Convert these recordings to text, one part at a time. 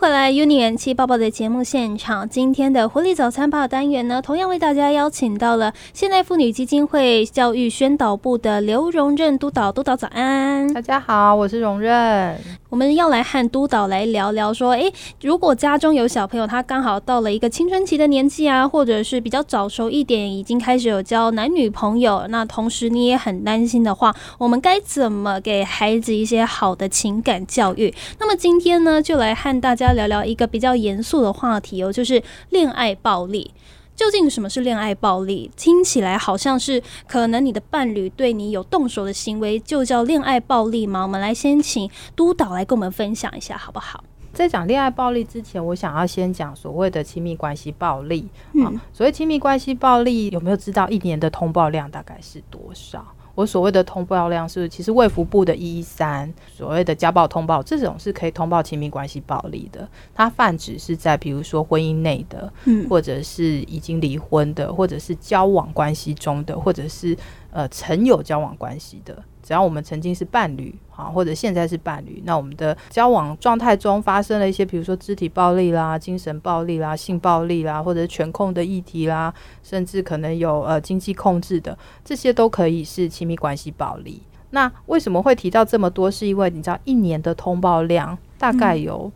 回来 Uni 元气爆爆的节目现场，今天的活力早餐吧单元呢，同样为大家邀请到了现代妇女基金会教育宣导部的刘荣任督导。督导早安。 大家好，我是荣任。 我们要来和督导来聊聊说，如果家中有小朋友他刚好到了一个青春期的年纪啊，或者是比较早熟一点，已经开始有交男女朋友，那同时你也很担心的话，我们该怎么给孩子一些好的情感教育？那么今天呢，就来和大家聊聊一个比较严肃的话题哦，就是恋爱暴力。究竟什么是恋爱暴力？听起来好像是可能你的伴侣对你有动手的行为，就叫恋爱暴力吗？我们来先请督导来跟我们分享一下好不好？ 在讲恋爱暴力之前，我想要先讲所谓的亲密关系暴力。所谓亲密关系暴力，有没有知道一年的通报量大概是多少？我所谓的通报量是，其实卫福部的113所谓的家暴通报，这种是可以通报亲密关系暴力的。它泛指是在比如说婚姻内的，或者是已经离婚的，或者是交往关系中的，或者是曾有交往关系的。只要我们曾经是伴侣，或者现在是伴侣，那我们的交往状态中发生了一些比如说肢体暴力啦、精神暴力啦、性暴力啦，或者是权控的议题啦，甚至可能有经济控制的，这些都可以是亲密关系暴力。那为什么会提到这么多？是因为你知道一年的通报量大概有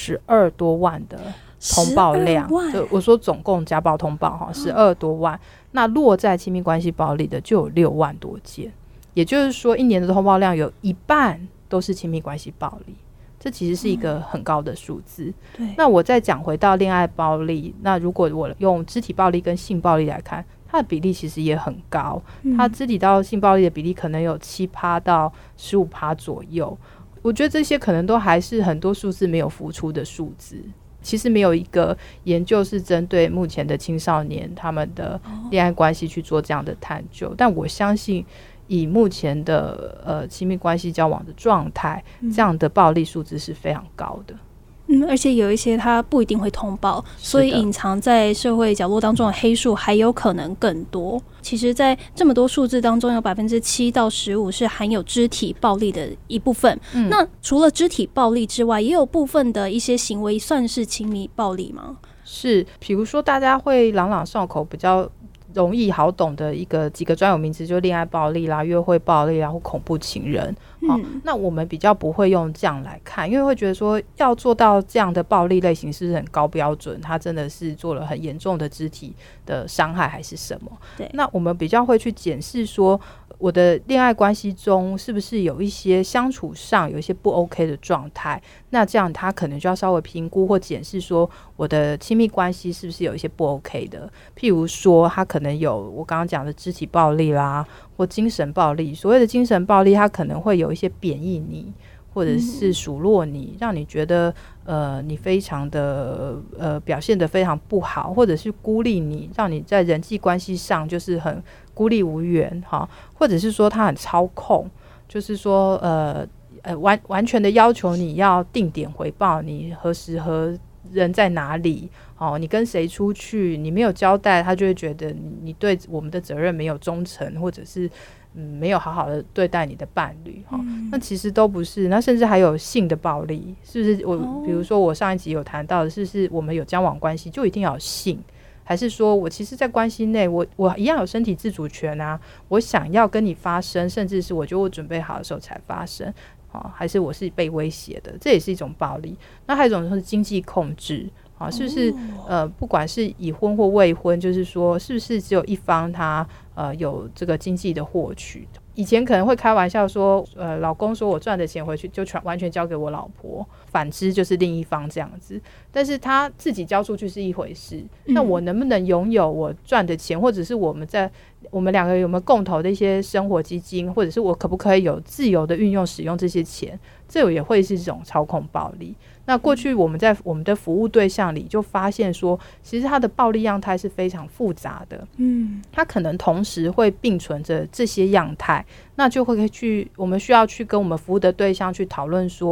12多万的通报量，就我说总共家暴通报12多万，那落在亲密关系暴力的就有6万多件。也就是说一年的通报量有一半都是亲密关系暴力，这其实是一个很高的数字。那我再讲回到恋爱暴力，那如果我用肢体暴力跟性暴力来看，它的比例其实也很高，它肢体到性暴力的比例可能有7%到15%左右。我觉得这些可能都还是很多数字没有浮出的数字，其实没有一个研究是针对目前的青少年他们的恋爱关系去做这样的探究，但我相信以目前的亲密关系交往的状态，这样的暴力数字是非常高的。 而且有一些它不一定会通报，所以隐藏在社会角落当中的黑数还有可能更多。其实在这么多数字当中，有7%到15%是含有肢体暴力的一部分。那除了肢体暴力之外，也有部分的一些行为算是亲密暴力吗？ 是，比如说大家会朗朗上口比较容易好懂的几个专有名词，就恋爱暴力啦、约会暴力啦或恐怖情人。那我们比较不会用这样来看，因为会觉得说要做到这样的暴力类型是不是很高标准，他真的是做了很严重的肢体的伤害还是什么？那我们比较会去检视说我的恋爱关系中是不是有一些相处上有一些不 OK 的状态，那这样他可能就要稍微评估或检视说我的亲密关系是不是有一些不 OK 的。譬如说他可能有我刚刚讲的肢体暴力啦，或精神暴力。所谓的精神暴力，他可能会有一些贬义你，或者是数落你，让你觉得你非常的表现得非常不好，或者是孤立你，让你在人际关系上就是很孤立无援，或者是说他很操控，就是说完全的要求你要定点回报，你何时何人在哪里，你跟谁出去，你没有交代，他就会觉得你对我们的责任没有忠诚，或者是没有好好的对待你的伴侣，那其实都不是。那甚至还有性的暴力，是不是比如说我上一集有谈到的，是不是我们有交往关系就一定要有性，还是说我其实在关系内我一样有身体自主权啊，我想要跟你发生，甚至是我觉得我准备好的时候才发生，还是我是被威胁的，这也是一种暴力。那还有一种是经济控制，是不是不管是已婚或未婚，就是说是不是只有一方他有这个经济的获取。以前可能会开玩笑说老公说我赚的钱回去就完全交给我老婆，反之就是另一方这样子。但是他自己交出去是一回事，那我能不能拥有我赚的钱，或者是我们两个有没有共同的一些生活基金，或者是我可不可以有自由的运用使用这些钱，这也会是一种操控暴力。那过去我们在我们的服务对象里就发现说，其实他的暴力样态是非常复杂的，他可能同时会并存着这些样态，那就会我们需要去跟我们服务的对象去讨论说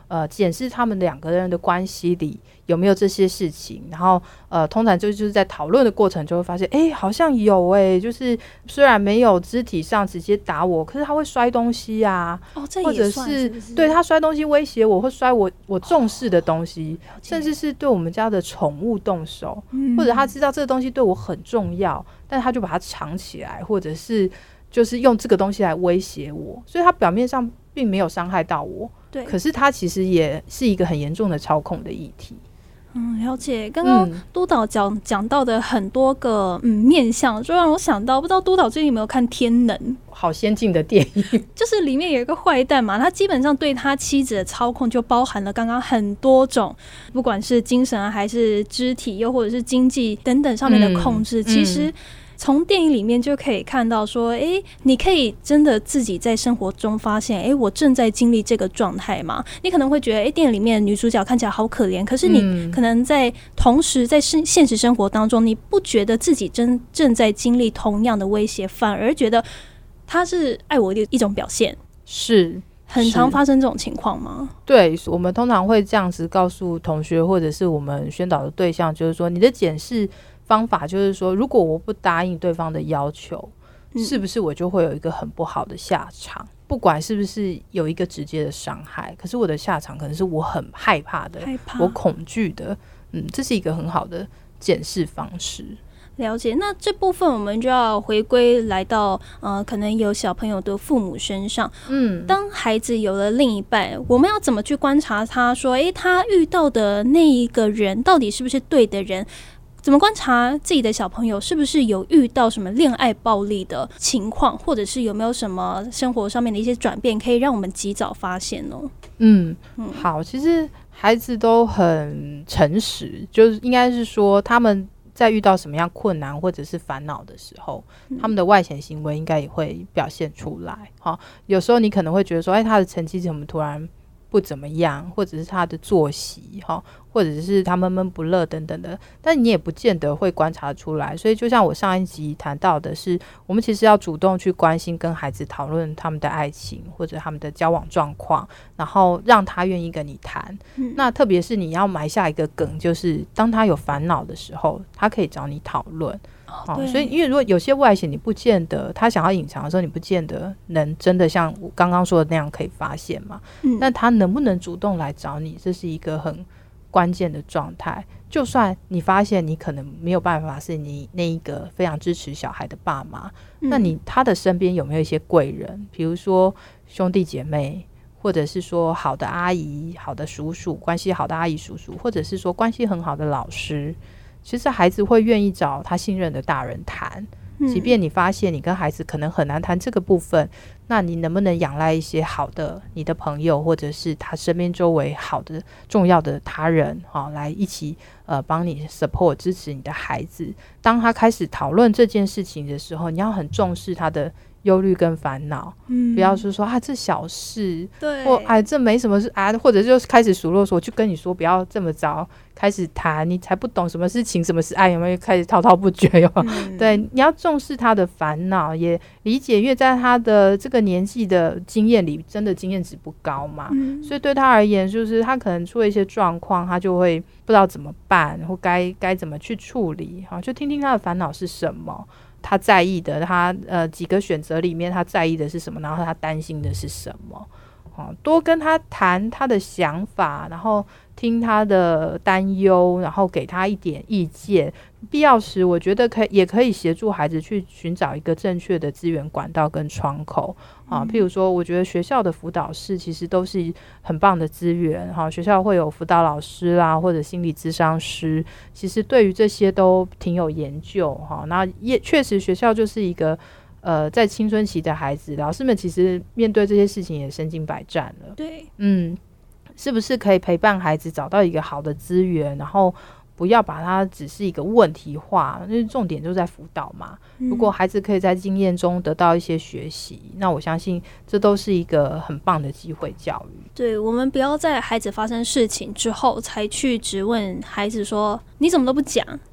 检视他们两个人的关系里有没有这些事情，然后通常就是在讨论的过程就会发现，好像有就是虽然没有肢体上直接打我，可是他会摔东西啊，或者是对他摔东西威胁我，或摔我重视的东西，甚至是对我们家的宠物动手，或者他知道这个东西对我很重要，但他就把它藏起来，或者是就是用这个东西来威胁我，所以他表面上并没有伤害到我，对，可是他其实也是一个很严重的操控的议题。 了解。刚刚督导讲到的很多个面向，就让我想到，不知道督导最近有没有看《天能》？ 好先进的电影， 就是里面有一个坏蛋嘛，他基本上对他妻子的操控就包含了刚刚很多种，不管是精神啊，还是肢体，又或者是经济等等上面的控制，其实从电影里面就可以看到说，你可以真的自己在生活中发现，我正在经历这个状态吗？你可能会觉得，电影里面女主角看起来好可怜，可是你可能在同时在现实生活当中，你不觉得自己正在经历同样的威胁，反而觉得他是爱我的一种表现。 是很常发生这种情况吗？ 对，我们通常会这样子告诉同学或者是我们宣导的对象，就是说你的检视方法就是说，如果我不答应对方的要求，是不是我就会有一个很不好的下场？不管是不是有一个直接的伤害，可是我的下场可能是我很害怕的，我恐惧的。这是一个很好的检视方式。 了解。那这部分我们就要回归来到可能有小朋友的父母身上。当孩子有了另一半，我们要怎么去观察他说他遇到的那一个人到底是不是对的人？怎么观察自己的小朋友是不是有遇到什么恋爱暴力的情况，或者是有没有什么生活上面的一些转变可以让我们及早发现呢？ 好，其实孩子都很诚实，就是应该是说他们在遇到什么样困难或者是烦恼的时候，他们的外显行为应该也会表现出来。有时候你可能会觉得说，他的成绩怎么突然不怎么样，或者是他的作息，或者是他闷闷不乐等等的，但你也不见得会观察出来。所以就像我上一集谈到的是，我们其实要主动去关心跟孩子讨论他们的爱情或者他们的交往状况，然后让他愿意跟你谈。那特别是你要埋下一个梗，就是当他有烦恼的时候，他可以找你讨论。所以因为如果有些外显你不见得，他想要隐藏的时候，你不见得能真的像我刚刚说的那样可以发现嘛。那他能不能主动来找你，这是一个很关键的状态。就算你发现你可能没有办法是你那一个非常支持小孩的爸妈，那他的身边有没有一些贵人，比如说兄弟姐妹，或者是说好的阿姨、好的叔叔，关系好的阿姨叔叔，或者是说关系很好的老师，其实孩子会愿意找他信任的大人谈。即便你发现你跟孩子可能很难谈这个部分，那你能不能仰赖一些好的你的朋友，或者是他身边周围好的重要的他人，来一起帮你 support 支持你的孩子。当他开始讨论这件事情的时候，你要很重视他的忧虑跟烦恼，不要是说这小事，对，或这没什么事或者就是开始数落说，我就跟你说不要这么早开始谈，你才不懂什么是情什么是爱，有没有开始滔滔不绝对，你要重视他的烦恼，也理解，因为在他的这个年纪的经验里，真的经验值不高嘛，所以对他而言，就是他可能出了一些状况，他就会不知道怎么办，或该怎么去处理，就听听他的烦恼是什么，他在意的，他几个选择里面他在意的是什么，然后他担心的是什么，多跟他谈他的想法，然后听他的担忧，然后给他一点意见，必要时我觉得也可以协助孩子去寻找一个正确的资源管道跟窗口譬如说我觉得学校的辅导室其实都是很棒的资源学校会有辅导老师啦，或者心理咨商师，其实对于这些都挺有研究那也确实学校就是一个在青春期的孩子，老师们其实面对这些事情也身经百战了。 对， 是不是可以陪伴孩子找到一个好的资源，然后不要把它只是一个问题化，因为重点就在辅导嘛。如果孩子可以在经验中得到一些学习，那我相信这都是一个很棒的机会教育。 对，我们不要在孩子发生事情之后才去质问孩子说你怎么都不讲，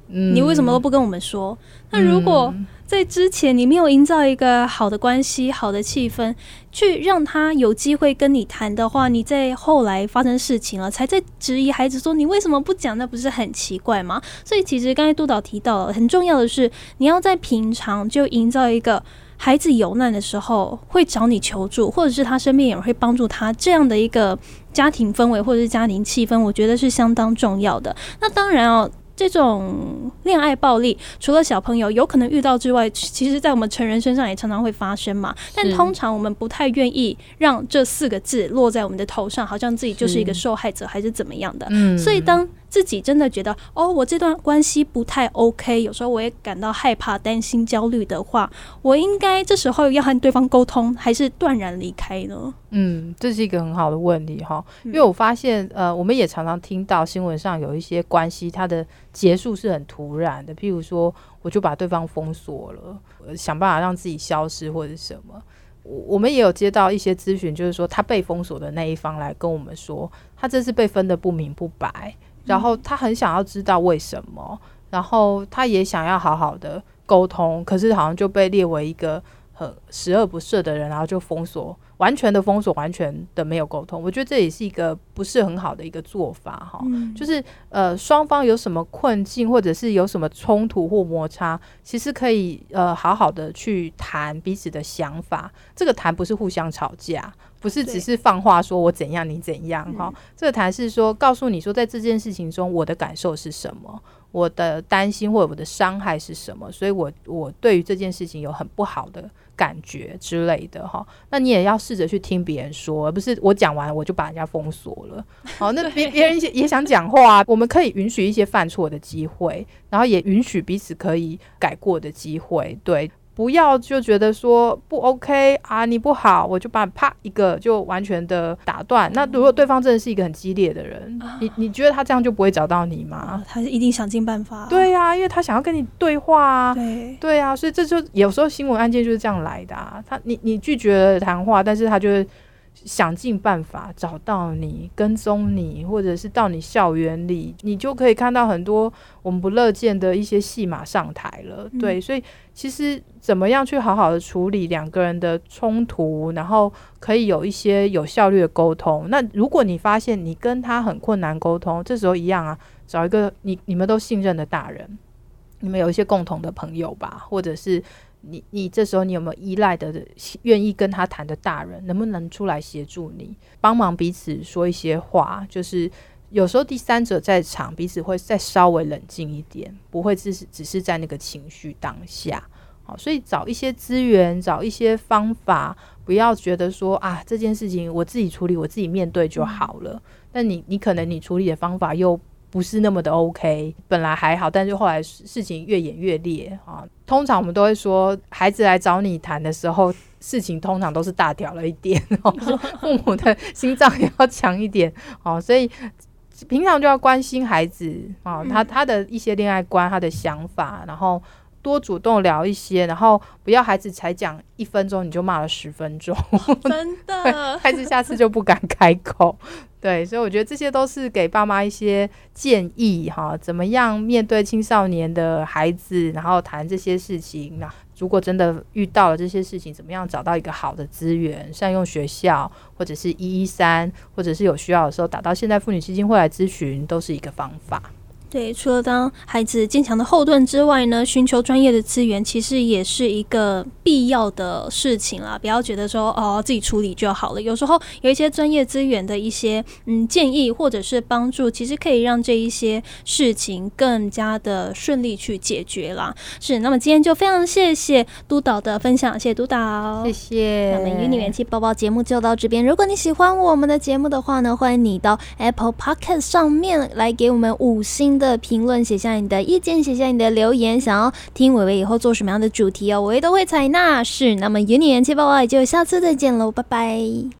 你为什么都不跟我们说？那如果在之前你没有营造一个好的关系、好的气氛，去让他有机会跟你谈的话，你在后来发生事情了，才在质疑孩子说你为什么不讲，那不是很奇怪吗？所以其实刚才督导提到了，很重要的是你要在平常就营造一个孩子有难的时候会找你求助，或者是他身边有人会帮助他，这样的一个家庭氛围或者是家庭气氛，我觉得是相当重要的。那当然哦，这种恋爱暴力除了小朋友有可能遇到之外，其实在我们成人身上也常常会发生嘛，但通常我们不太愿意让这4个字落在我们的头上，好像自己就是一个受害者还是怎么样的。所以当自己真的觉得我这段关系不太 OK， 有时候我也感到害怕、担心、焦虑的话，我应该这时候要和对方沟通，还是断然离开呢？ 这是一个很好的问题哈，因为我发现我们也常常听到新闻上有一些关系它的结束是很突然的，譬如说我就把对方封锁了，想办法让自己消失或者什么。我们也有接到一些咨询，就是说他被封锁的那一方来跟我们说，他这次被分得不明不白，然后他很想要知道为什么，然后他也想要好好的沟通，可是好像就被列为一个很十恶不赦的人，然后就封锁，完全的封锁，完全的没有沟通。我觉得这也是一个不是很好的一个做法哈。就是双方有什么困境或者是有什么冲突或摩擦，其实可以好好的去谈彼此的想法。这个谈不是互相吵架，不是只是放话说我怎样你怎样哈。这个谈是说告诉你说在这件事情中我的感受是什么，我的担心或者我的伤害是什么，所以我对于这件事情有很不好的感觉之类的哈。那你也要试着去听别人说，而不是我讲完我就把人家封锁了。好，那别人也想讲话，我们可以允许一些犯错的机会，然后也允许彼此可以改过的机会，对。不要就觉得说不 OK 啊，你不好，我就把你啪一个就完全的打断。那如果对方真的是一个很激烈的人，你觉得他这样就不会找到你吗？ 他一定想尽办法。 对啊，因为他想要跟你对话啊。 对啊，所以这就有时候新闻案件就是这样来的啊。你拒绝了谈话，但是他就会想尽办法找到你，跟踪你，或者是到你校园里，你就可以看到很多我们不乐见的一些戏码上台了。对，所以其实怎么样去好好的处理两个人的冲突，然后可以有一些有效率的沟通。那如果你发现你跟他很困难沟通，这时候一样啊，找一个你们都信任的大人，你们有一些共同的朋友吧，或者是你这时候你有没有依赖的愿意跟他谈的大人，能不能出来协助你，帮忙彼此说一些话。就是有时候第三者在场，彼此会再稍微冷静一点，不会只是在那个情绪当下。好，所以找一些资源，找一些方法，不要觉得说啊这件事情我自己处理，我自己面对就好了。但你可能你处理的方法又不是那么的 OK， 本来还好，但是后来事情越演越烈啊。通常我们都会说，孩子来找你谈的时候，事情通常都是大条了一点父母的心脏也要强一点所以平常就要关心孩子他的一些恋爱观，他的想法，然后多主动聊一些，然后不要孩子才讲1分钟你就骂了10分钟真的孩子下次就不敢开口。对，所以我觉得这些都是给爸妈一些建议怎么样面对青少年的孩子，然后谈这些事情。那如果真的遇到了这些事情，怎么样找到一个好的资源，善用学校或者是113，或者是有需要的时候打到现代妇女基金会来咨询，都是一个方法。 对，除了当孩子坚强的后盾之外呢，寻求专业的资源其实也是一个必要的事情啦。不要觉得说自己处理就好了，有时候有一些专业资源的一些建议或者是帮助，其实可以让这一些事情更加的顺利去解决啦。是，那么今天就非常谢谢督导的分享，谢谢督导， 谢谢。 那么与你元气包包节目就到这边。如果你喜欢我们的节目的话呢，欢迎你到 Apple Podcast 上面来给我们5星的评论，写下你的意见，写下你的留言，想要听伟伟以后做什么样的主题伟伟都会采纳。是，那么与你元气包包也就下次再见喽，拜拜。